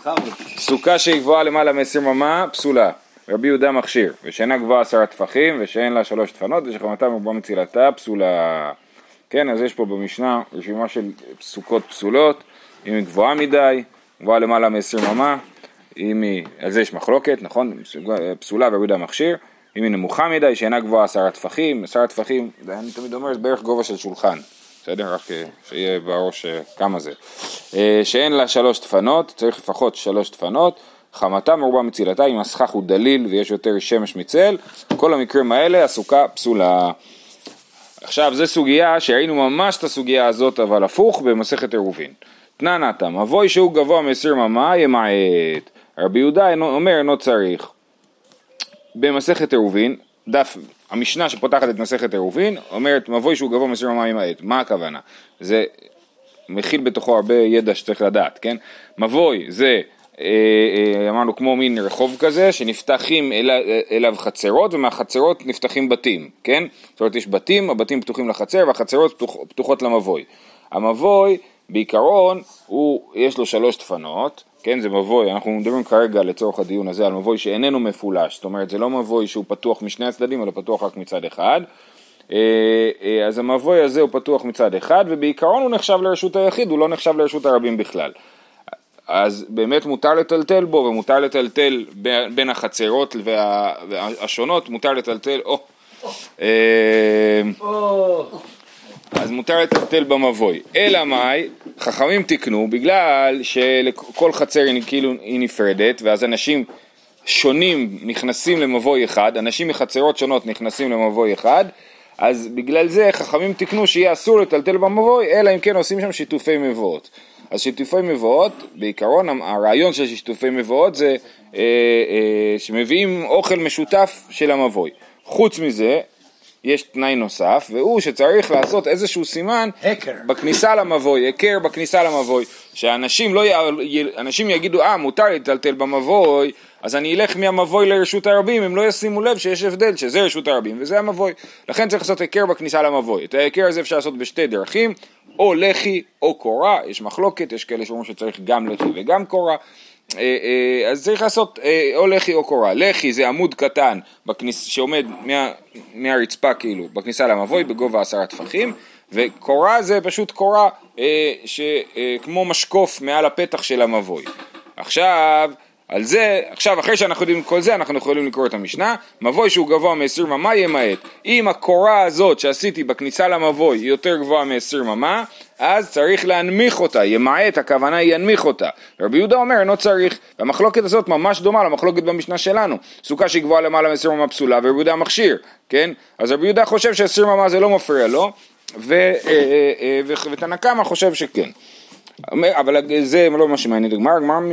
סוכה שהיא גבוהה למעלה מ-20 אמה, פסולה. רבי יהודה מכשיר, ושאינה גבוהה 10 טפחים, ושאין לה 3 דפנות, ושחמתה מרובה מצילתה, פסולה. כן, אז יש פה במשנה רשימה של סוכות פסולות, אם היא גבוהה מדי, גבוהה למעלה מ-20 אמה, על זה יש מחלוקת, נכון? פסולה ורבי יהודה מכשיר, אם היא נמוכה מדי, שאינה גבוהה 10 טפחים, 10 טפחים, אני תמיד אומר, זה בערך גובה של שולחן, בסדר? רק שיהיה בראש כמה זה. שאין לה 3 דפנות, צריך לפחות 3 דפנות, חמתה מרובה מצילתה, אם הסכך הוא דליל ויש יותר שמש מצל, כל המקרים האלה הסוכה פסולה. עכשיו זו סוגיה שהיינו ממש את הסוגיה הזאת אבל הפוך במסכת עירובין. תנא מבוי שהוא גבוה מ-20 אמה ימעט. רבי יהודה אומר אינו צריך. במסכת עירובין, דף המשנה שפותחת את מסכת עירובין אומרת מבוי שהוא גבוה מ-20 אמה ימעט. מה הכוונה? זה מכיל בתוכו הרבה ידע שצריך לדעת, כן? מבוי זה אמרנו כמו מין רחוב כזה שנפתחים אליו חצרות ומהחצרות נפתחים בתים, כן? זאת אומרת יש בתים, הבתים פתוחים לחצר והחצרות פתוחות למבוי. המבוי בעיקרון יש לו 3 דפנות, כן? זה מבוי, אנחנו מדברים כרגע לצורך הדיון הזה על מבוי שאיננו מפולש, זאת אומרת זה לא מבוי שהוא פתוח משני הצדדים אלא פתוח רק מצד אחד. אז המבוי הזה הוא פתוח מצד אחד ובעיקרון הוא נחשב לרשות היחיד, הוא לא נחשב לרשות הרבים בכלל. אז באמת מותר לטלטל בו ומותר לטלטל בין החצרות והשונות, מותר לטלטל, אז מותר לטלטל במבוי. אלא מאי, חכמים תקנו, בגלל שלכל חצר היא נפרדת, ואז אנשים שונים נכנסים למבוי אחד, אנשים מחצרות שונות נכנסים למבוי אחד, אז בגלל זה חכמים תקנו שיהיה אסור לטלטל במבוי, אלא אם כן עושים שם שיתופי מבואות. אז שיתופי מבואות, בעיקרון הרעיון של שיתופי מבואות זה שמביאים אוכל משותף של המבוי. חוץ מזה, יש תנאי נוסף, והוא שצריך לעשות איזשהו סימן בכניסה למבוי, הכר בכניסה למבוי, שאנשים אנשים יגידו, מותר לטלטל במבוי, אז אני אלך מהמבוי לרשות הרבים, הם לא ישימו לב שיש הבדל, שזה רשות הרבים, וזה המבוי. לכן צריך לעשות הכר בכניסה למבוי. את ההכר הזה אפשר לעשות בשתי דרכים, או לחי או קורה, יש מחלוקת, יש כאלה שאומרים שצריך גם לחי וגם קורה, אז צריך לעשות או לחי או קורה. לחי זה עמוד קטן שעומד מהרצפה כאילו, בכניסה למבוי בגובה 10 טפחים, וקורה זה פשוט קורה כמו משקוף מעל הפתח של המבוי. עכשיו אחרי שאנחנו יודעים כל זה, אנחנו יכולים לקרוא את המשנה, מבוי שהוא גבוה מ-20 אמה ימעט. אם הקורה הזאת שעשיתי בכניסה למבוי היא יותר גבוהה מ-20 אמה, אז צריך להנמיך אותה, ימעט, הכוונה היא ינמיך אותה. רבי יהודה אומר, לא צריך, והמחלוקת הזאת ממש דומה למחלוקת במשנה שלנו. סוכה שהיא גבוהה למעלה מ-20 אמה פסולה, ורבי יהודה מכשיר, כן? אז רבי יהודה חושב ש-20 אמה זה לא מפריע לו, ותנא קמא חושב שכן. אבל זה לא מה שמעניין, הגמרא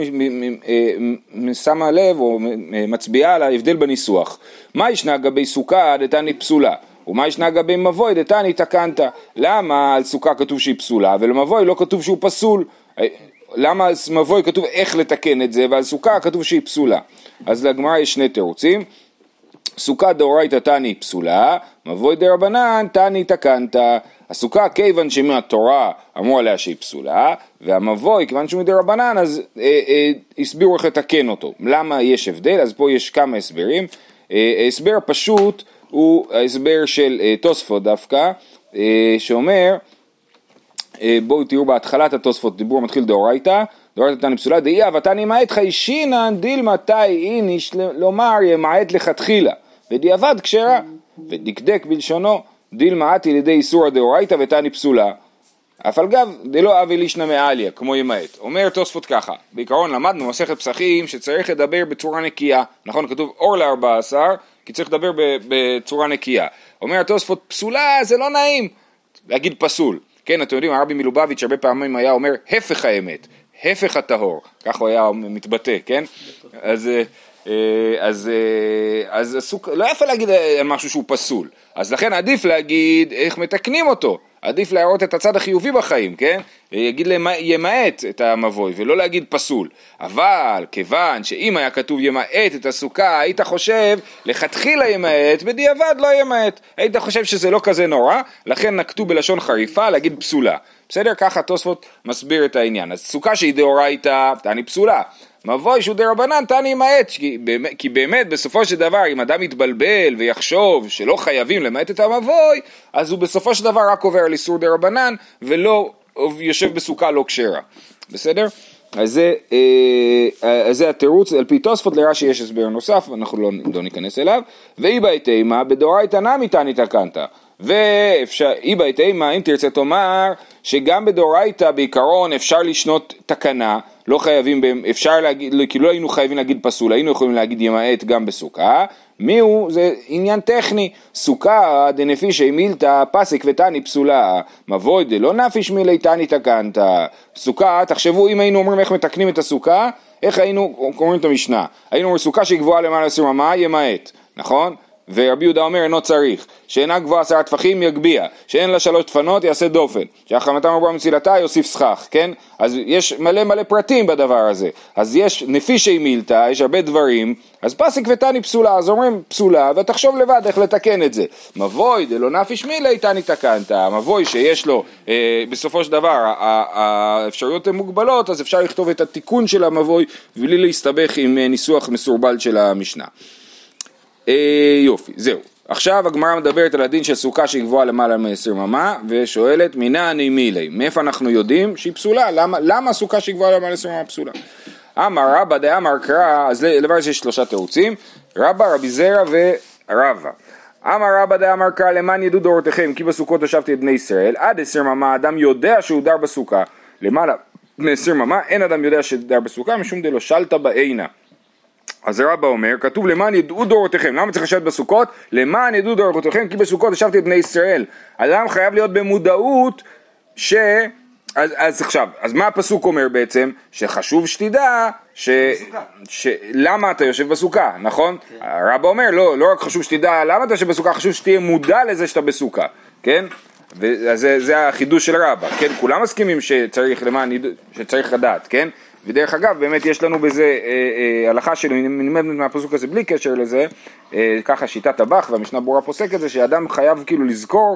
שמה לב או מצביעה על ההבדל בניסוח. מה ישנה גבי סוכה דתני פסולה, ומה ישנה גבי מבוי דתני תקנת? למה על סוכה כתוב שהיא פסולה ולמבוי לא כתוב שהוא פסול? למה על מבוי כתוב איך לתקן את זה ועל סוכה כתוב שהיא פסולה? אז לגמרא יש 2 תירוצים. סוכה דאורייתא תני פסולה, מבוי דרבנן תני תקנת. הסוכה כיוון שמהתורה אמרו עליה שהיא פסולה, והמבוי כיוון שהוא מדרבנן אז הסבירו איך לתקן אותו. למה יש הבדל? אז פה יש כמה הסברים. הסבר פשוט הוא ההסבר של תוספות דווקא, שאומר, בואו תראו בהתחלת התוספות, דיבור מתחיל דאורייתא, דאורייתא תני פסולה, דאי אבתני מעט חיישינן דילמתי איניש לומר ימעט לכתחילה, ודיעבד כשרה, ודקדק בלשונו, דילמאתי לידי איסור הדאורייתא ותני פסולה, אף על גב דלא אבי לישנא מעליה, כמו ימעט. אומר תוספות ככה, בעיקרון למדנו מסכת פסחים שצריך לדבר בצורה נקייה, נכון? כתוב אור ל-14, כי צריך לדבר בצורה נקייה. אומר תוספות פסולה זה לא נעים להגיד פסול, כן? אתם יודעים, הרבי מלובביץ' הרבה פעמים היה אומר הפך האמת, הפך הטהור, כך הוא היה מתבטא, כן? אז לא יפה להגיד משהו שהוא פסול, אז לכן עדיף להגיד איך מתקנים אותו, עדיף להראות את הצד החיובי בחיים, כן? יגיד ימעט את המבוי ולא להגיד פסול. אבל כיוון שאם היה כתוב ימעט את הסוכה, היית חושב לכתחילה ימעט, בדיעבד לא ימעט, היית חושב שזה לא כזה נורא, לכן נקטו בלשון חריפה להגיד פסולה. בסדר? ככה תוספות מסביר את העניין. אז סוכה שהיא דאורייתא, תני פסולה. מבוי שהוא דרבנן, תני ימעט, כי באמת בסופו של דבר אם אדם יתבלבל ויחשוב שלא חייבים למעט את המבוי, אז הוא בסופו של דבר רק עובר על איסור דרבנן ולא יושב בסוכה לא כשרה. בסדר? אז זה התירוץ, על פי תוספות לרש"י יש הסבר נוסף, אנחנו לא ניכנס אליו, ואיבא תימא בדאורייתא נמי תני תקנתא, ואיבא תימא אם תרצה תאמר שגם בדאורייתא בעיקרון אפשר לשנות תקנה, לא חייבים, אפשר להגיד, כי לא היינו חייבים להגיד פסול, היינו יכולים להגיד ימעט גם בסוכה, מיהו? זה עניין טכני, סוכה דנפישי מילתא פסק ותני פסולה, מבוי דלא נפיש מילי תני תקנתא, סוכה, תחשבו אם היינו אומרים איך מתקנים את הסוכה, איך היינו אומרים את המשנה, היינו אומרים סוכה שהיא גבוהה למעלה 10 אמה, ימעט, נכון? ורבי יהודה אומר אינו צריך, שאינה גבוהה 10 טפחים יגביה, שאין לה 3 דפנות יעשה דופן, שהחמתה מרובה מצילתה יוסיף סכך, כן? אז יש מלא פרטים בדבר הזה, אז יש נפישי מילתא, יש הרבה דברים, אז פסק ותני פסולה, אז אומרים פסולה, ותחשוב לבד איך לתקן את זה. מבוי דלא נפיש מילי תני תקנתא, מבוי שיש לו בסופו של דבר האפשרויות הן מוגבלות, אז אפשר לכתוב את התיקון של המבוי, בלי להסתבך עם ניסוח מסורבל של המשנה. יופי, זהו. עכשיו הגמרא מדברת על הדין של סוכה שהיא גבוהה למעלה מ-10 אמה, ושואלת מנעני מילי, מאיפה אנחנו יודעים שהיא פסולה? למה הסוכה שהיא גבוהה למעלה מ-10 אמה פסולה? אמר רבא דאמר קרא, אז לדבר הזה יש 3 תירוצים, רבא, רבי זרע ורבא. אמר רבא דאמר קרא למען ידעו דורותיכם, כי בסוכות ישבתי את בני ישראל, עד 10 אמה אדם יודע שהוא דר בסוכה, למעלה מ-10 אמה אין אדם יודע שדר בסוכה, משום דלא שלטה בעינה. אז רבא אומר, כתוב למען ידעו דורותיכם, למה צריך לשבת בסוכות? למען ידעו דורותיכם, כי בסוכות ישבתי את בני ישראל. אדם חייב להיות במודעות אז עכשיו, אז מה הפסוק אומר בעצם? שחשוב שתדע למה אתה יושב בסוכה, נכון? רבא אומר, לא רק חשוב שתדע למה אתה יושב בסוכה, חשוב שתהיה מודע לזה שאתה בסוכה, כן? וזה החידוש של רבא, כן? כולם מסכימים שצריך לדעת, כן? ודרך אגב, באמת יש לנו בזה הלכה שנלמדת מהפסוק הזה בלי קשר לזה, ככה שיטת הבח והמשנה ברורה פוסק את זה, שאדם חייב כאילו לזכור,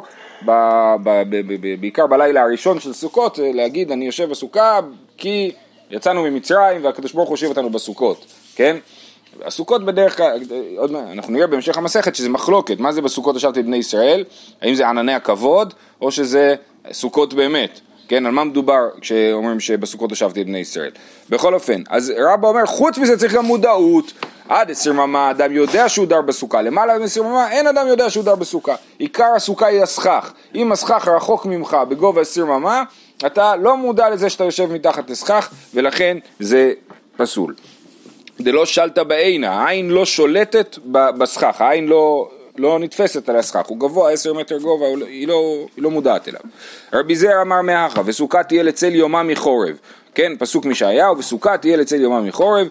בעיקר בלילה הראשון של סוכות, להגיד אני יושב בסוכה כי יצאנו ממצרים והקדוש ברוך הוא הושיב אותנו בסוכות, כן? הסוכות בדרך כלל, אנחנו נראה בהמשך המסכת שזה מחלוקת, מה זה בסוכות ישבתי בני ישראל, האם זה ענני הכבוד או שזה סוכות באמת, כן, על מה מדובר כשאומרים שבסוכות ישבתי את בני ישראל. בכל אופן, אז רבא אומר, חוץ מזה צריך גם מודעות, עד 10 אמה אדם יודע שהוא דר בסוכה, למעלה מ-10 אמה אין אדם יודע שהוא דר בסוכה. עיקר הסוכה היא הסכך, אם הסכך רחוק ממך בגובה 10 אמה, אתה לא מודע לזה שאתה יושב מתחת לסכך, ולכן זה פסול. דלא שלטה בעינה, העין לא שולטת בסכך, העין לא נתפסת על הסכך, הוא גבוה 10 מטר גובה, היא לא מודעת אליו. רבי זרע אמר מאחה, וסוכה תהיה לצל יומה מחורב, כן, פסוק מישעיהו, וסוכה תהיה לצל יומה מחורב,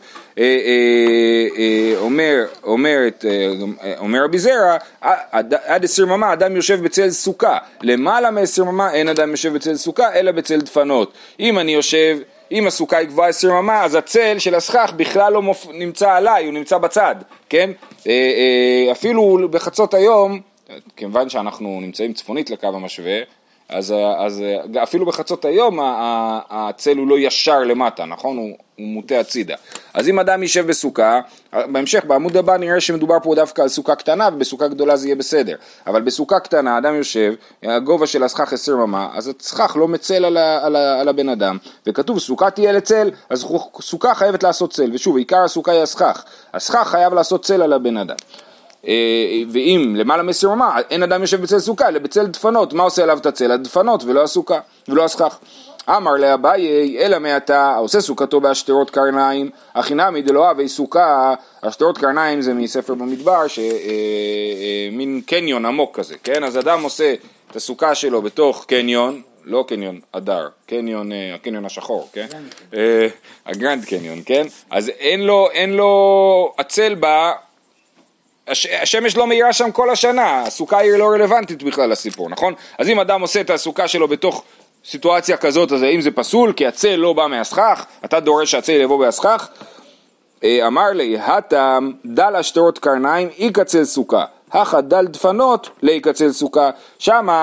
אומר רבי זרע, עד 10 אמה אדם יושב בצל סוכה, למעלה מ-10 אמה אין אדם יושב בצל סוכה, אלא בצל דפנות. אם הסוכה היא גבוהה 10 אמה, אז הצל של הסכך בכלל לא נמצא עליי, הוא נמצא בצד, כן? אפילו בחצות היום, כיוון שאנחנו נמצאים צפונית לקו המשווה, אז אפילו בחצות היום הצל הוא לא ישר למטה, נכון? הוא מוטה הצידה. אז אם אדם יישב בסוכה, בהמשך בעמוד הבא נראה שמדובר פה דווקא על סוכה קטנה, ובסוכה גדולה זה יהיה בסדר. אבל בסוכה קטנה אדם יושב, הגובה של הסכך 10 אמה, אז הסכך לא מצל על הבן אדם, וכתוב סוכה תהיה לצל, אז סוכה חייבת לעשות צל, ושוב, עיקר הסוכה היא הסכך. הסכך חייב לעשות צל על הבן אדם. ואם למעלה מ-10 אמה אין אדם יושב בצל סוכה אלא בצל דפנות, מה עושה עליו את הצל? הדפנות ולא הסוכה ולא הסכך. אמר לאביי אלא מעתה עושה סוכתו בהשתרות קרניים, החינמי דלא אבי סוכה. השתרות קרניים זה מספר במדבר, מין קניון עמוק כזה, כן? אז אדם עושה את הסוכה שלו בתוך קניון, לא קניון אדר, הקניון השחור, כן? הגרנד קניון, כן? אז אין לו הצל בה, השמש לא מאירה שם כל השנה, הסוכה היא לא רלוונטית בכלל לסיפור, נכון? אז אם אדם עושה את הסוכה שלו בתוך סיטואציה כזאת, אז האם זה פסול? כי הצל לא בא מהסכך, אתה דורש שהצל יבוא בהסכך? אמר לי, הטעם דל השטרות קרניים אי קצל סוכה, הכה דל דפנות לאי קצל סוכה. שמה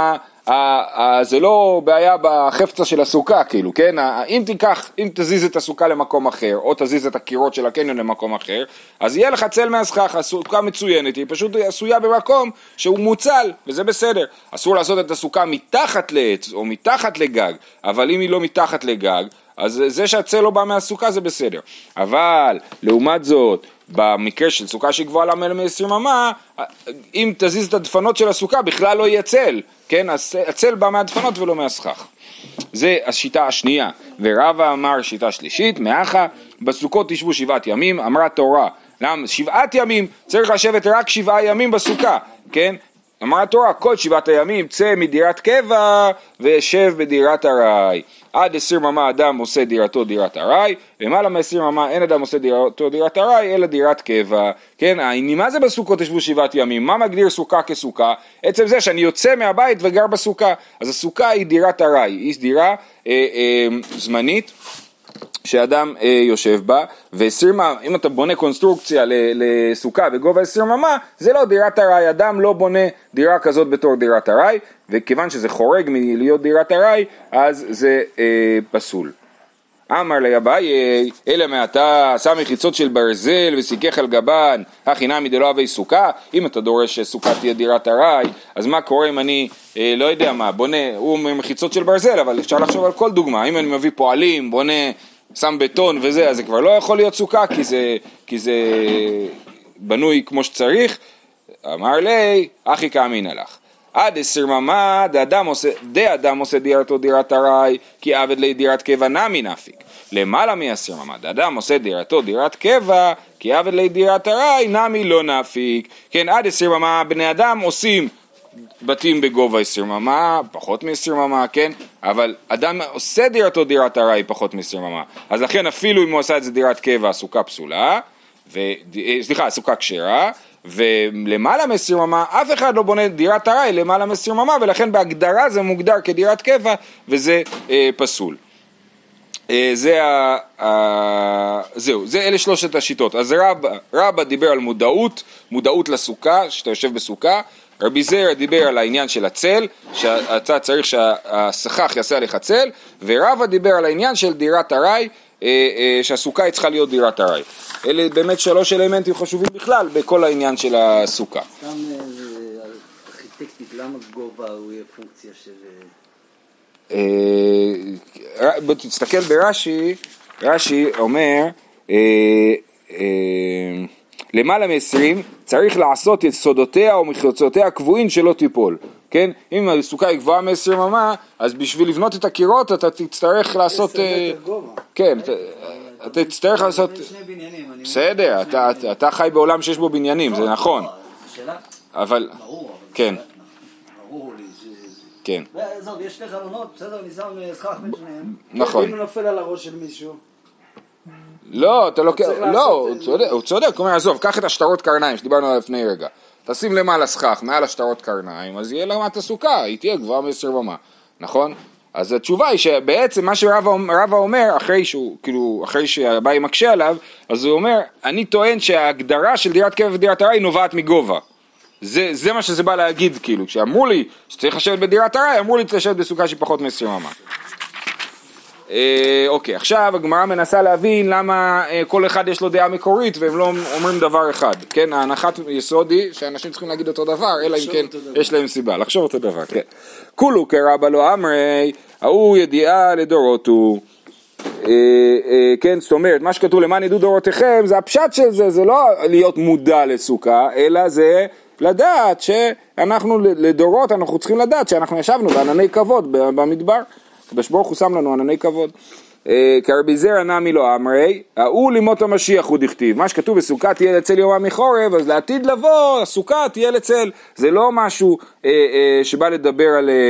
זה לא בעיה בחפצה של הסוכה, כאילו, כן? אם תזיז את הסוכה למקום אחר, או תזיז את הקירות של הקניון למקום אחר, אז יהיה לך צל מהסכך, הסוכה מצוינת, היא פשוט עשויה במקום שהוא מוצל, וזה בסדר. אסור לעשות את הסוכה מתחת לעץ, או מתחת לגג, אבל אם היא לא מתחת לגג, אז זה שהצל לא בא מהסוכה זה בסדר. אבל, לעומת זאת, במקרה של סוכה שגבוהה למעלה מ-20 אמה, אם תזיז את הדפנות של הסוכה, בכלל לא יהיה צל, כן? הצל בא מהדפנות ולא מהסכך. זה השיטה השנייה. ורבא אמר שיטה שלישית, מאחה, בסוכות תשבו 7 ימים, אמרה תורה. למה? 7 ימים, צריך לשבת רק 7 ימים בסוכה, כן? אמרה תורה, כל 7 הימים צא מדירת קבע וישב בדירת ארעי. עד 20 אמה אדם עושה דירתו דירת ארעי, למעלה מ-20 אמה אין אדם עושה דירתו דירת ארעי, אלא דירת קבע. כן, מה זה בסוכות תשבו 7 ימים? מה מגדיר סוכה כסוכה? עצם זה שאני יוצא מהבית וגר בסוכה. אז הסוכה היא דירת ארעי, היא דירה זמנית שאדם יושב בה, אם אתה בונה קונסטרוקציה לסוכה בגובה 20 אמה, זה לא דירת ארעי, אדם לא בונה דירה כזאת בתור דירת ארעי, וכיוון שזה חורג מלהיות דירת ארעי, אז זה פסול. אמר לי אביי, אלא מעתה שם מחיצות של ברזל וסיכך על גבן, הכי נמי דלא אבי סוכה. אם אתה דורש שסוכה תהיה דירת ארעי, אז מה קורה אם אני לא יודע מה, בונה, הוא מחיצות של ברזל, אבל אפשר לחשוב על כל דוגמה, אם אני מביא פועלים, בונה, שם בטון וזה, אז זה כבר לא יכול להיות סוכה, כי זה בנוי כמו שצריך. אמר לי, אחי כאמין הלך. עד 20 אמה, אדם עושה דירתו דירת ארעי, כי עבד לי דירת קבע נמי נפיק. למעלה מ-20 אמה, אדם עושה דירתו דירת קבע, כי עבד לי דירת ארעי, נמי לא נפיק. כן, עד 20 אמה, בני אדם עושים בתים בגובה 20 אמה, פחות מ-20 אמה, כן? אבל אדם עושה דירתו דירת ארעי פחות מ-20 אמה. אז לכן אפילו אם הוא עשה את זה דירת קבע, הסוכה פסולה, הסוכה כשרה, ולמעלה מ-20 אמה, אף אחד לא בונה דירת ארעי למעלה מ-20 אמה, ולכן בהגדרה זה מוגדר כדירת קבע, וזה פסול. זהו, זה אלה 3 השיטות. אז רבא דיבר על מודעות לסוכה, שאתה יושב בסוכה. רבי זרע דיבר על העניין של הצל, שאתה צריך שהסכך יעשה עליך צל, ורבא דיבר על העניין של דירת ארעי, שהסוכה צריכה להיות דירת ארעי. אלה באמת 3 אלמנטים חשובים בכלל בכל העניין של הסוכה. גם ארכיטקטית, למה גובה הוא יהיה פונקציה של... תסתכל ברש"י, רש"י אומר, למעלה מ-20 צריך לעשות יסודותיה או מחיצותיה קבועים שלא תיפול. כן? אם הסוכה היא גבוהה מ-20 אמה, אז בשביל לבנות את הקירות אתה תצטרך לעשות... כן, אתה תצטרך לעשות... בסדר, אתה חי בעולם שיש בו בניינים, זה נכון. אבל... כן. ברור לי. כן. ועזוב, יש 2 חלונות, בסדר, אני שם סכך בין שניהם. נכון. אם הוא נופל על הראש של מישהו. לא, אתה לוקח... לא, הוא צודק, הוא אומר, עזוב, קח את השטרות קרניים שדיברנו עליו לפני רגע. תשים למעלה סכך, מעל השטרות קרניים, אז יהיה למטה סוכה, היא תהיה גבוהה מ-20 אמה, נכון? אז התשובה היא שבעצם מה שרבא אומר, אחרי שהבאי מקשה עליו, אז הוא אומר, אני טוען שההגדרה של דירת קבע ודירת ארעי נובעת מגובה. זה מה שזה בא להגיד, כאילו, כשאמרו לי שצריך לשבת בדירת ארעי, אמרו לי לשבת בסוכה שפחות מ-20 אמה. אוקיי, עכשיו הגמרא מנסה להבין למה כל אחד יש לו דעה מקורית והם לא אומרים דבר אחד, כן? ההנחת יסוד היא שאנשים צריכים להגיד אותו דבר, אלא אם כן יש להם סיבה, לחשוב אותו דבר, כן. כולו כרבא לא אמרי, ההוא ידיעה לדורותו, כן, זאת אומרת, מה שכתוב למען ידעו דורותיכם, זה הפשט של זה, זה לא להיות מודע לסוכה, אלא זה לדעת שאנחנו לדורות, אנחנו צריכים לדעת שאנחנו ישבנו בענני כבוד במדבר, הקדוש ברוך הוא שם לנו ענני כבוד. כרבי זרע נמי לא אמרי, ההוא לימות המשיח הוא דכתיב, מה שכתוב בסוכה תהיה לצל יומה מחורב, אז לעתיד לבוא הסוכה תהיה לצל, זה לא משהו שבא לדבר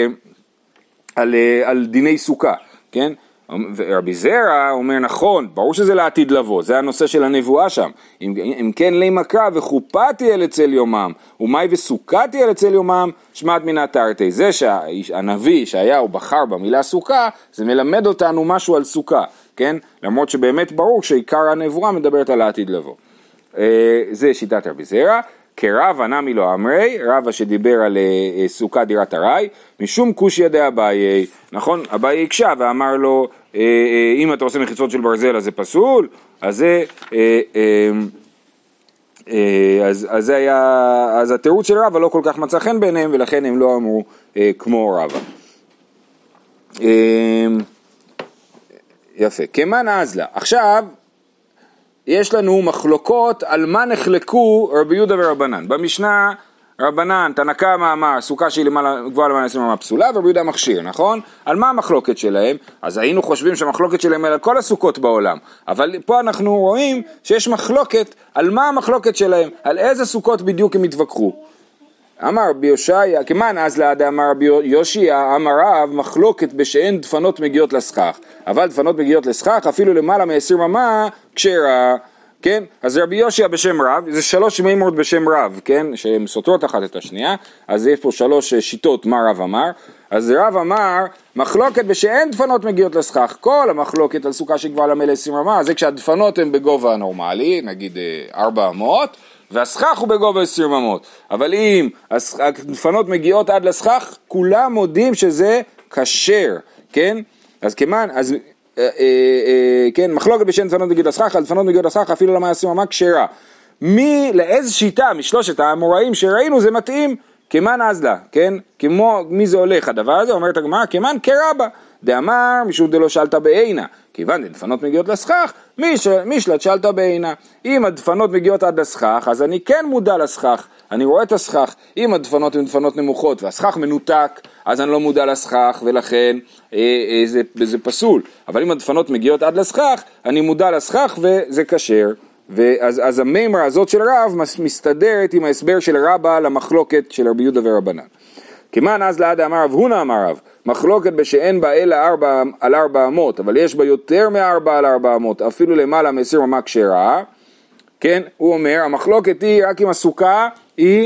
על דיני סוכה, כן? ורבי זרע אומר נכון, ברור שזה לעתיד לבוא, זה הנושא של הנבואה שם, אם כן לי מקרא וחופה תהיה לצל יומם, ומאי וסוכה תהיה לצל יומם, שמעת מן התרתי, זה שהנביא שהיה בחר במילה סוכה, זה מלמד אותנו משהו על סוכה, כן? למרות שבאמת ברור שעיקר הנבואה מדברת על העתיד לבוא. זה שיטת רבי זרע, כרבא נמי לא אמרי, רבא שדיבר על סוכה דירת ארעי, משום קושיא דאביי, נכון? אביי הקשה ואמר לו, אם אתה עושה מחיצות של ברזל אז זה פסול, אז זה היה, אז התירוץ של רבא לא כל כך מצא חן ביניהם, ולכן הם לא אמרו כמו רבא. יפה, כמן אזלה. עכשיו יש לנו מחלוקות על מה נחלקו רבי יהודה ורבנן. במשנה רבנן, תנא קמא אמר, סוכה שהיא גבוהה למעלה מ-20 אמה פסולה, ורבי יהודה מכשיר, נכון? על מה המחלוקת שלהם? אז היינו חושבים שהמחלוקת שלהם על כל הסוכות בעולם, אבל פה אנחנו רואים שיש מחלוקת על מה המחלוקת שלהם, על איזה סוכות בדיוק הם התווכחו. אמר רבי יושעיה, כמן אזלה דאמר רבי יושיע, אמר רב, מחלוקת בשאין דפנות מגיעות לסכך, אבל דפנות מגיעות לסכך אפילו למעלה מ-20 אמה כשרה, כן? אז רבי יושיע בשם רב, זה 3 מימרות בשם רב, כן? שהן סותרות אחת את השנייה, אז יש פה 3 שיטות מה רב אמר. אז רב אמר, מחלוקת בשאין דפנות מגיעות לסכך, כל המחלוקת על סוכה שגבוהה למעלה 20 אמה, זה כשהדפנות הן בגובה הנורמלי, נגיד 400, והסכך הוא בגובה 20 אמות, אבל אם הדפנות מגיעות עד לסכך, כולם מודים שזה כשר, כן? אז כמן, אז כן, מחלוקת בשאין דפנות מגיעות לסכך, הדפנות מגיעות לסכך אפילו למעלה 20 אמה כשרה. לאיזה שיטה משלושת האמוראים שראינו זה מתאים? כמן אזלה, כן? כמו מי זה הולך הדבר הזה? אומרת הגמרא, כמן כרבא, דאמר משום דלא שאלת בעינה, כיוון דפנות מגיעות לסכך, משלת שאלת בעינה. אם הדפנות מגיעות עד לסכך, אז אני כן מודע לסכך, אני רואה את הסכך. אם הדפנות הן דפנות נמוכות והסכך מנותק, אז אני לא מודע לסכך, ולכן זה פסול. אבל אם הדפנות מגיעות עד לסכך, אני מודע לסכך וזה כשר. אז המימרה הזאת של רב מסתדרת עם ההסבר של רבא למחלוקת של רבי יהודה ורבנן. כמן אזלה דאמר רב הונא אמר רב, מחלוקת בשאין בה אלא 4 על 400, אבל יש בה יותר מ4 על 400, אפילו למעלה מ-20 אמה כשרה, כן? הוא אומר, המחלוקת היא רק אם הסוכה היא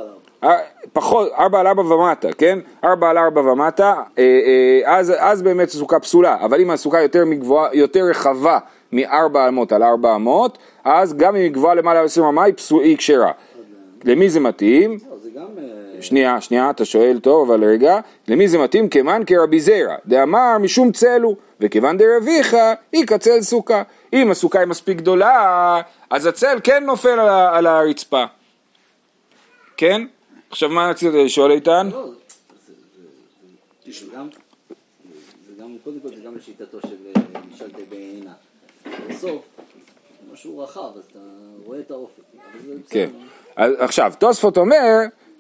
4 על 4 ומטה, כן? 4 על 4 ומטה, אז באמת הסוכה פסולה, אבל אם הסוכה יותר רחבה מ4 אמות על 400, אז גם אם היא גבוהה למעלה מ-20 אמה היא כשרה. למי זה מתאים? שנייה, אתה שואל טוב, אבל רגע, למי זה מתאים? כמן כרבי זרע, דאמר משום צלו, וכיוון דרביך, היא כצל סוכה. אם הסוכה היא מספיק גדולה, אז הצל כן נופל על הרצפה. כן? עכשיו מה רצית לשאול איתן? לא, זה גם, קודם כל זה גם לשיטתו של משלתי בעינה. בסוף, משהו רחב, אז אתה רואה את האופק. כן. עכשיו, תוספות אומר,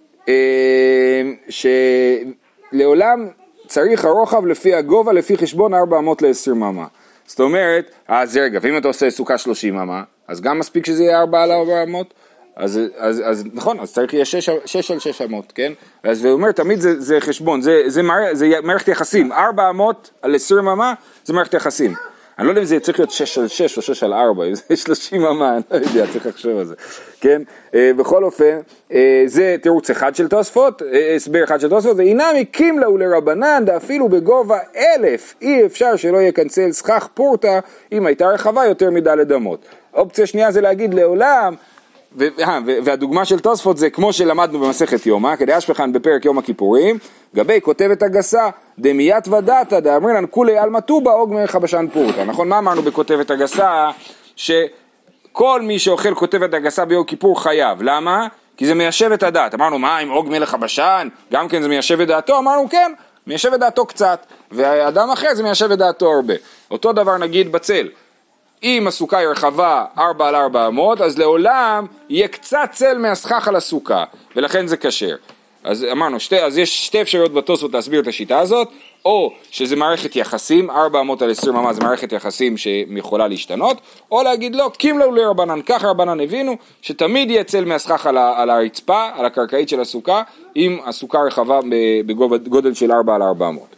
שלעולם צריך הרוחב לפי הגובה, לפי חשבון 400 ל-20 אמה. זאת אומרת, אז רגע, ואם אתה עושה סוכה 30 אמה, אז גם מספיק שזה יהיה 4 על 400? אז נכון, אז צריך יהיה 6 על 6 אמות, כן? אז הוא אומר, תמיד זה חשבון, זה מערכת יחסים, 400 על 20 אמה, זה מערכת יחסים. אני לא יודע אם זה צריך להיות 6 על 6 או 6 על 4, אם זה 30 אמה, אני לא יודע, צריך לחשוב על זה, כן? בכל אופן, זה תירוץ אחד של תוספות, הסבר אחד של תוספות, ואינם קימלאו לרבנן, אפילו בגובה 1000, אי אפשר שלא יקנצל סכך פורטה, אם הייתה רחבה יותר מדלת אמות. אופציה שנייה זה להגיד לעולם, והדוגמה של תוספות זה כמו שלמדנו במסכת יומא, כדי אשפכן בפרק יום הכיפורים, גבי כותבת הגסה, דמיית ודאתא, דאמרינן כולי על מטובה, אוג מלך הבשן פורטה. נכון, מה אמרנו בכותבת הגסה? שכל מי שאוכל כותבת הגסה ביום כיפור חייב. למה? כי זה מיישב את הדעת. אמרנו, מה עם אוג מלך הבשן? גם כן זה מיישב את דעתו? אמרנו, כן, מיישב את דעתו קצת, והאדם אחר זה מיישב את דעתו הרבה. אותו דבר נגיד בצל. אם הסוכה היא רחבה 4 על 400, אז לעולם יהיה קצת צל מהסכך על הסוכה, ולכן זה כשר. אז אמרנו, אז יש 2 אפשרויות בתוספות להסביר את השיטה הזאת, או שזה מערכת יחסים, 400 על 20 אמה זה מערכת יחסים שיכולה להשתנות, או להגיד לא, קימלאו לרבנן, ככה רבנן הבינו, שתמיד יהיה צל מהסכך על הרצפה, על הקרקעית של הסוכה, אם הסוכה רחבה בגודל של 4 על 400.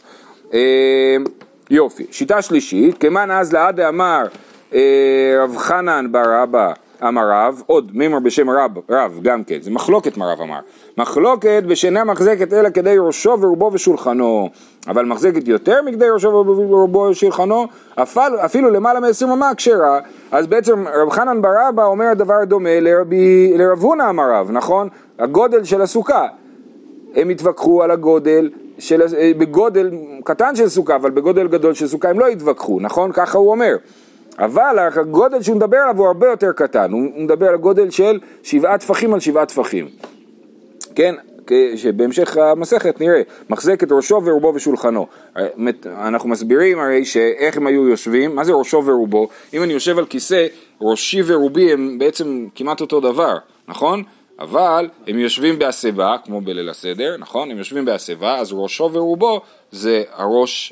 יופי, שיטה שלישית, כמן אזלה דאמר רב חנן בר אבא, אמר רב, עוד מימר בשם רב גם כן, זה מחלוקת מה רב אמר, מחלוקת בשאינה מחזקת אלא כדי ראשו ורובו ושולחנו, אבל מחזקת יותר מכדי ראשו ורובו ושולחנו, אפילו למעלה מ-20 אמה כשרה. אז בעצם רב חנן בר אבא אומר דבר דומה לרב הונא אמר רב, נכון? הגודל של הסוכה, הם התווכחו על הגודל, בגודל קטן של סוכה, אבל בגודל גדול של סוכה הם לא התווכחו, נכון? ככה הוא אומר. אבל הגודל שהוא מדבר עליו הוא הרבה יותר קטן, הוא מדבר על גודל של 7 טפחים על 7 טפחים. כן, שבהמשך המסכת נראה, מחזק את ראשו ורובו ושולחנו. אנחנו מסבירים הרי שאיך הם היו יושבים, מה זה ראשו ורובו? אם אני יושב על כיסא, ראשי ורובי הם בעצם כמעט אותו דבר, נכון? אבל הם יושבים בהסבה, כמו בליל הסדר, נכון? הם יושבים בהסבה, אז ראשו ורובו זה הראש,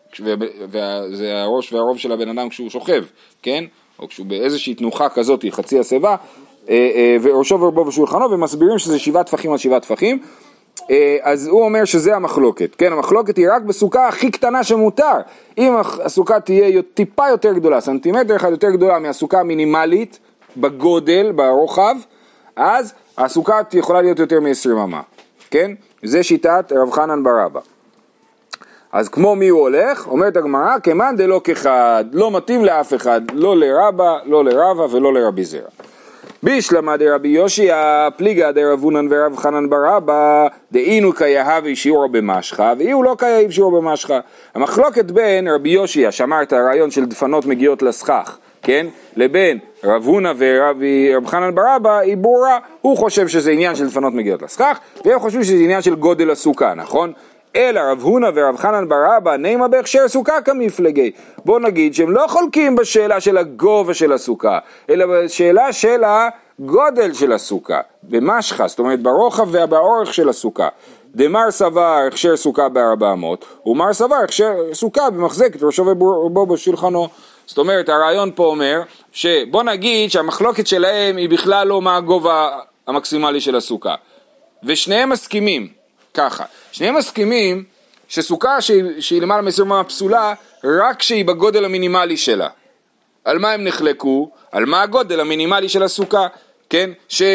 וזה הראש והרוב של הבן אדם כשהוא שוכב, כן? או כשהוא באיזושהי תנוחה כזאת, חצי הסבה, וראשו ורובו ושולחנו, ומסבירים שזה 7 טפחים על 7 טפחים, אז הוא אומר שזה המחלוקת, כן? המחלוקת היא רק בסוכה הכי קטנה שמותר, אם הסוכה תהיה טיפה יותר גדולה, סנטימטר אחד יותר גדולה מהסוכה המינימלית, בגודל, ברוחב, אז הסוכה יכולה להיות יותר מ-20 אמה, כן? זה שיטת רב חנן בר אבא. אז כמו מי הוא הולך? אומרת הגמרא, כמאן דלא כחד, לא מתאים לאף אחד, לא לרבא, לא לרבא ולא לרבי זרע. בישלמה דרבי יושיע, פליגה דרב הונא ורב חנן בר אבא, דאינו קייהב שיעור במשחה, ואי הוא לא קייהב שיעור במשחה. המחלוקת בין רבי יושיע, שאמר את הרעיון של דפנות מגיעות לסכך, כן? לבין רב הונא ורב חנן בר אבא היא ברורה, הוא חושב שזה עניין של דפנות מגיעות לסכך, והם חושבים שזה עניין של גודל הסוכה, נכון? אלא רב הונא ורב חנן בר אבא נימה בהכשר סוכה כמפלגי. בוא נגיד שהם לא חולקים בשאלה של הגובה של הסוכה, אלא בשאלה של הגודל של הסוכה, במשחה, זאת אומרת ברוחב ובאורך של הסוכה. דמר סבר הכשר סוכה ב400, ומר סבר הכשר סוכה במחזקת ראשו ורובו בשולחנו. זאת אומרת, הרעיון פה אומר שבוא נגיד שהמחלוקת שלהם היא בכלל לא מה הגובה המקסימלי של הסוכה. ושניהם מסכימים, ככה, שניהם מסכימים שסוכה שהיא למעלה מ-20 אמה פסולה, רק כשהיא בגודל המינימלי שלה. על מה הם נחלקו? על מה הגודל המינימלי של הסוכה? כן?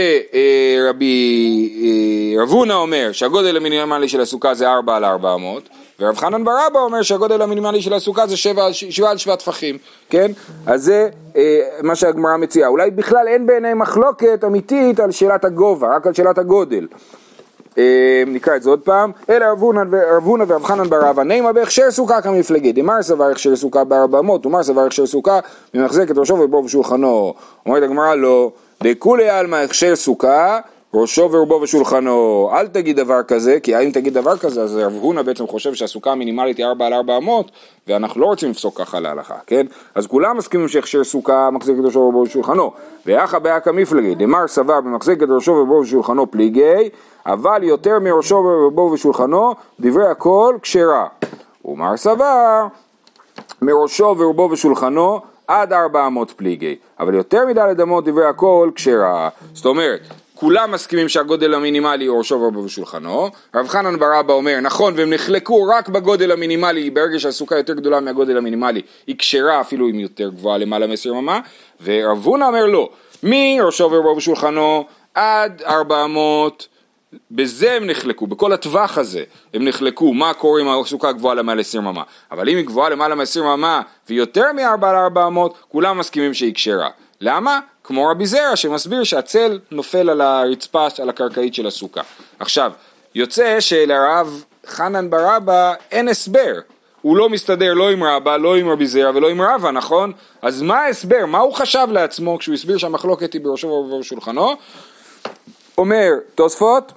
רב הונא אומר שהגודל המינימלי של הסוכה זה 4 על 400, ורב חנן בר אבא אומר שהגודל המינימלי של הסוכה זה 7 על 7 טפחים, כן? אז זה מה שהגמרא מציעה. אולי בכלל אין ביניהם מחלוקת אמיתית על שאלת הגובה, רק על שאלת הגודל. נקרא את זה עוד פעם. אלא רב הונא ורב חנן בר אבא נימה בהכשר סוכה כמפלגי, דמר סבר הכשר סוכה ב400 ומר סבר הכשר סוכה ממחזק את ראשו ורובו ושולחנו. אומרת הגמרא לא, דכולי עלמא הכשר סוכה ראשו ורובו ושולחנו. אל תגיד דבר כזה, כי אם תגיד דבר כזה אז רב הונא בעצם חושב שהסוכה המינימלית היא 4 על 400, ואנחנו לא רוצים לפסוק ככה להלכה, כן? אז כולם מסכימים שהכשר סוכה מחזק את ראשו ורובו ושולחנו, ואחא בהא כמפלגי, דמר סבר במחזק את ראשו ורובו ושולחנו פליגי, אבל יותר מראשו ורובו ושולחנו דברי הכל כשרה, ומר סבר מראשו ורובו ושולחנו עד 400 פליגי, אבל יותר מדלת אמות דברי הכל כשרה. זאת אומרת, כולם מסכימים שהגודל המינימלי הוא ראשו ורובו ושולחנו. רב חנן בר אבא אומר נכון, והם נחלקו רק בגודל המינימלי, ברגע שהסוכה יותר גדולה מהגודל המינימלי היא כשרה, אפילו אם יותר גבוהה למעלה מ-20 אמה. ורב הונא אומר לא, מראשו ורובו ושולחנו עד 400, בזה הם נחלקו, בכל הטווח הזה הם נחלקו מה קורה עם הסוכה גבוהה למעלה 20 אמה. אבל אם היא גבוהה למעלה מ-20 אמה ויותר מ-4 על 400, כולם מסכימים שהיא כשרה. למה? כמו רבי זרע שמסביר שהצל נופל על הרצפה, על הקרקעית של הסוכה. עכשיו, יוצא שלרב חנן בר אבא אין הסבר. הוא לא מסתדר לא עם רבא, לא עם רבי זרע ולא עם רבא, נכון? אז מה ההסבר? מה הוא חשב לעצמו כשהוא הסביר שהמחלוקת היא בראשו ובשולחנו? אומר תוספות,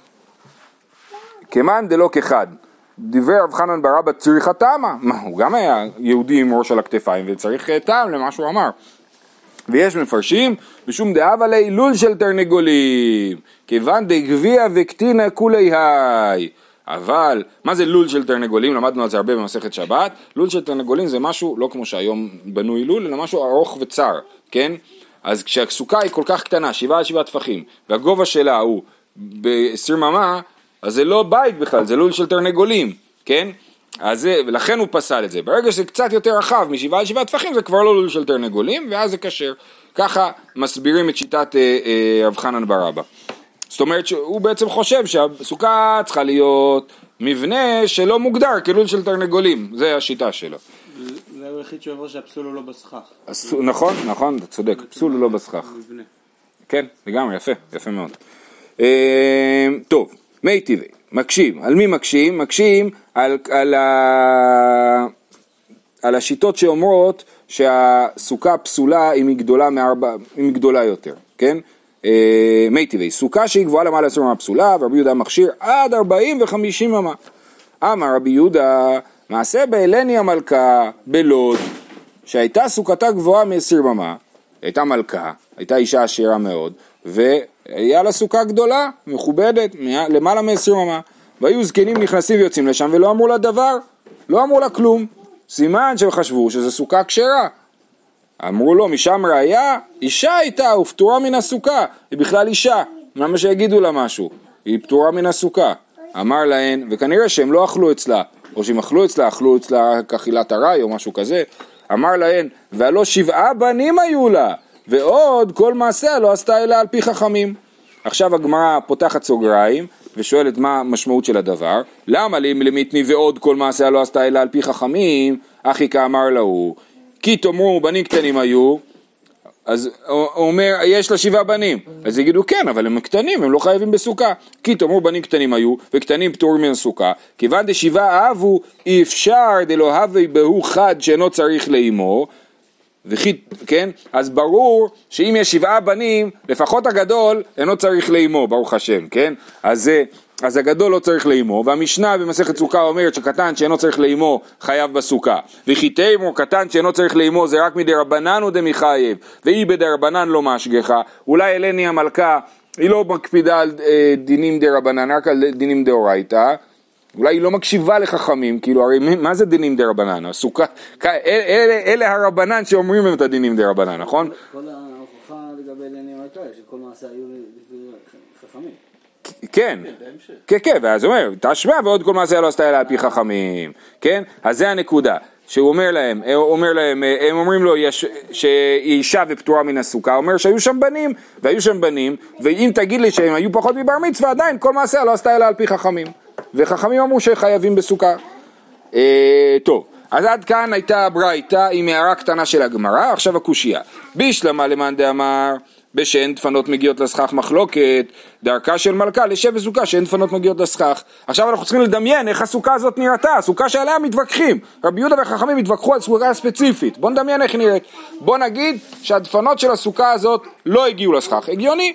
כמאן דלא כחד. דברי רב חנן בר אבא צריכה טעמה. הוא גם היה יהודי עם ראש על הכתפיים וצריך טעם למה שהוא אמר. ויש מפרשים, משום דאב עלי לול של תרנגולים, כיוון דגביע וקטינה כולי היי. אבל, מה זה לול של תרנגולים? למדנו על זה הרבה במסכת שבת. לול של תרנגולים זה משהו, לא כמו שהיום בנוי לול, אלא משהו ארוך וצר, כן? אז כשהסוכה היא כל כך קטנה, 7 על 7 טפחים, והגובה שלה הוא ב-20 אמה, אז זה לא בית בכלל, זה לול של תרנגולים, כן? אז ולכן הוא פסל את זה. ברגע שזה קצת יותר רחב מ7 על 7 טפחים, זה כבר לא לול של תרנגולים, ואז זה כשר. ככה מסבירים את שיטת רב חנן בר אבא. זאת אומרת שהוא בעצם חושב שהסוכה צריכה להיות מבנה שלא מוגדר, כלול של תרנגולים, זה השיטה שלו. זה היחיד שאומר שהפסול הוא לא בסכך. נכון, אתה צודק, פסול הוא לא בסכך. כן, לגמרי, יפה מאוד. טוב, מי טבעי, מקשים, על מי מקשים? מקשים על השיטות שאומרות שהסוכה פסולה אם היא גדולה יותר, כן? מי טבעי, סוכה שהיא גבוהה למעלה 10 אמה פסולה, ורבי יהודה מכשיר עד 40 ו-50 אמה. אמר רבי יהודה, מעשה בהלני המלכה בלוד, שהייתה סוכתה גבוהה מ-20 אמה, הייתה מלכה, הייתה אישה עשירה מאוד, והיה לה סוכה גדולה, מכובדת, למעלה מ-20 אמה, והיו זקנים נכנסים ויוצאים לשם ולא אמרו לה דבר, לא אמרו לה כלום, סימן שהם חשבו שזו סוכה כשרה. אמרו לו, משם ראיה, אישה הייתה ופטורה מן הסוכה, היא בכלל אישה, למה שיגידו לה משהו, היא פטורה מן הסוכה. אמר להן, וכנראה שהם לא אכלו אצלה, או שהם אכלו אצלה כחילת הרי או משהו כזה, אמר להן, והלא 7 בנים היו לה, ועוד כל מעשה לא עשתה אלא על פי חכמים. עכשיו הגמרא פותחת סוגריים, ושואלת מה המשמעות של הדבר, למה למיתני ועוד כל מעשה לא עשתה אלא על פי חכמים, אחי כאמר להוא, כי תאמרו בנים קטנים היו, אז הוא אומר יש לה 7 בנים, אז יגידו כן אבל הם קטנים, הם לא חייבים בסוכה, כי תאמרו בנים קטנים היו וקטנים פטורים מן הסוכה, כיוון ד7 אהבו אי אפשר דלא הווי בהו חד שאינו צריך לאמו, כן? אז ברור שאם יש 7 בנים, לפחות הגדול אינו צריך לאמו, ברוך השם, כן? אז הגדול לא צריך לאמו, והמשנה במסכת סוכה אומרת שקטן שאינו צריך לאמו חייב בסוכה, וכי תאמרו קטן שאינו צריך לאמו זה רק מדי רבנן או דמי חייב, ואי בדי רבנן לא משגחה, אולי אלני המלכה היא לא מקפידה על דינים די רבנן, רק על דינים דאורייתא, אולי היא לא מקשיבה לחכמים, כאילו הרי מה זה דינים די רבנן? הסוכה, אלה הרבנן שאומרים להם את הדינים די רבנן, נכון? כל ההוכחה לגבי אלני המלכה, שכל מעשה היו חכמים. כן, כן, ואז הוא אומר, תשמע ועוד כל מעשה לא עשתה אלא על פי חכמים, כן? אז זה הנקודה, שהוא אומר להם, הם אומרים לו שהיא אישה ופטורה מן הסוכה, הוא אומר שהיו שם בנים, והיו שם בנים, ואם תגיד לי שהם היו פחות מבר מצווה, עדיין כל מעשה לא עשתה אלא על פי חכמים, וחכמים אמרו שחייבים בסוכה. טוב, אז עד כאן הייתה ברייתא עם הערה קטנה של הגמרא, עכשיו הקושיה, בישלמה למאן דאמר, בשאין דפנות מגיעות לסכך מחלוקת, דרכה של מלכה לשב בסוכה שאין דפנות מגיעות לסכך. עכשיו אנחנו צריכים לדמיין איך הסוכה הזאת נראתה, הסוכה שעליה מתווכחים, רבי יהודה וחכמים מתווכחו על סוכה ספציפית, בוא נדמיין איך היא נראית, בוא נגיד שהדפנות של הסוכה הזאת לא הגיעו לסכך, הגיוני,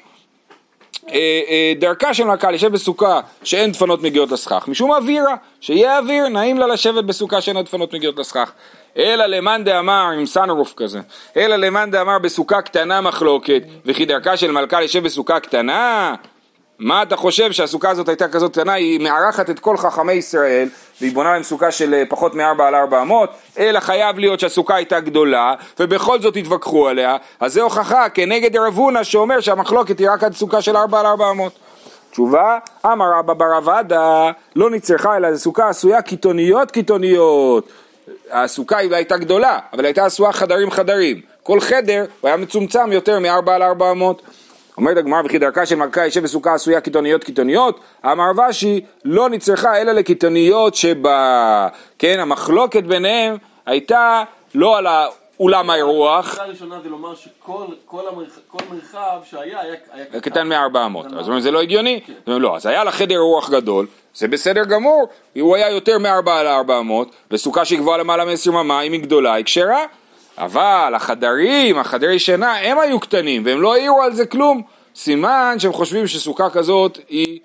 דרכה של מלכה לשב בסוכה שאין דפנות מגיעות לסכך, משום אווירה, שיהיה אוויר, נעים לה לשבת בסוכה שאין דפנות מגיעות לסכך. אלא למאן דאמר, עם סנרוף כזה, אלא למאן דאמר בסוכה קטנה מחלוקת, וכי דרכה של מלכה לשב בסוכה קטנה, מה אתה חושב שהסוכה הזאת הייתה כזאת קטנה, היא מערכת את כל חכמי ישראל, והיא בונה עם סוכה של פחות מ4 על 400, אלא חייב להיות שהסוכה הייתה גדולה, ובכל זאת התווכחו עליה, אז זה הוכחה כנגד רב הונא שאומר שהמחלוקת היא רק עד סוכה של 4 על 400. תשובה, אמר רבא בר אבדה, לא נצרכה אלא סוכה עשויה קיתוניות, הסוכה היא הייתה גדולה, אבל הייתה עשויה חדרים, כל חדר היה מצומצם יותר מ4 על 400. אומרת הגמרא וכי דרכה של מלכה ישב בסוכה עשויה קיתוניות, אמר רש"י לא נצרכה אלא לקיתוניות שבה, כן, המחלוקת ביניהם הייתה לא על אולם האירוח. השאלה הראשונה זה לומר שכל מרחב שהיה היה קטן מ400, אז זה לא הגיוני? לא, אז היה לה חדר אירוח גדול, זה בסדר גמור, הוא היה יותר מ4 על 400, וסוכה שהיא גבוהה למעלה מ20 אמה, אם היא גדולה, היא כשרה. אבל החדרי שינה הם היו קטנים והם לא העירו על זה כלום, סימן שהם חושבים שסוכה כזאת היא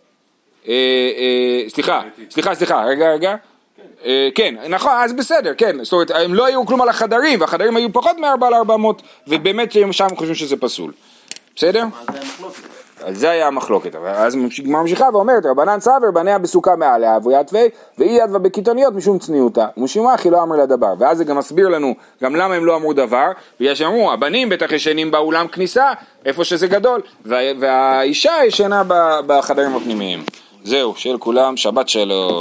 סליחה, רגע כן, נכון, אז בסדר, כן, זאת אומרת הם לא העירו כלום על החדרים, והחדרים היו פחות מ4 על 400 ובאמת שם חושבים שזה פסול, בסדר? על זה היה המחלוקת, אז ממשיכה ואומרת, רבנן סבר בניה בסוכה מעליה ויתווה, ואי ידווה בקיתוניות משום צניעותה, ומשום אחי לא אמר לה דבר, ואז זה גם מסביר לנו גם למה הם לא אמרו דבר, בגלל שאמרו, הבנים בטח ישנים באולם כניסה, איפה שזה גדול, והאישה ישנה בחדרים הפנימיים. זהו, של כולם, שבת שלום.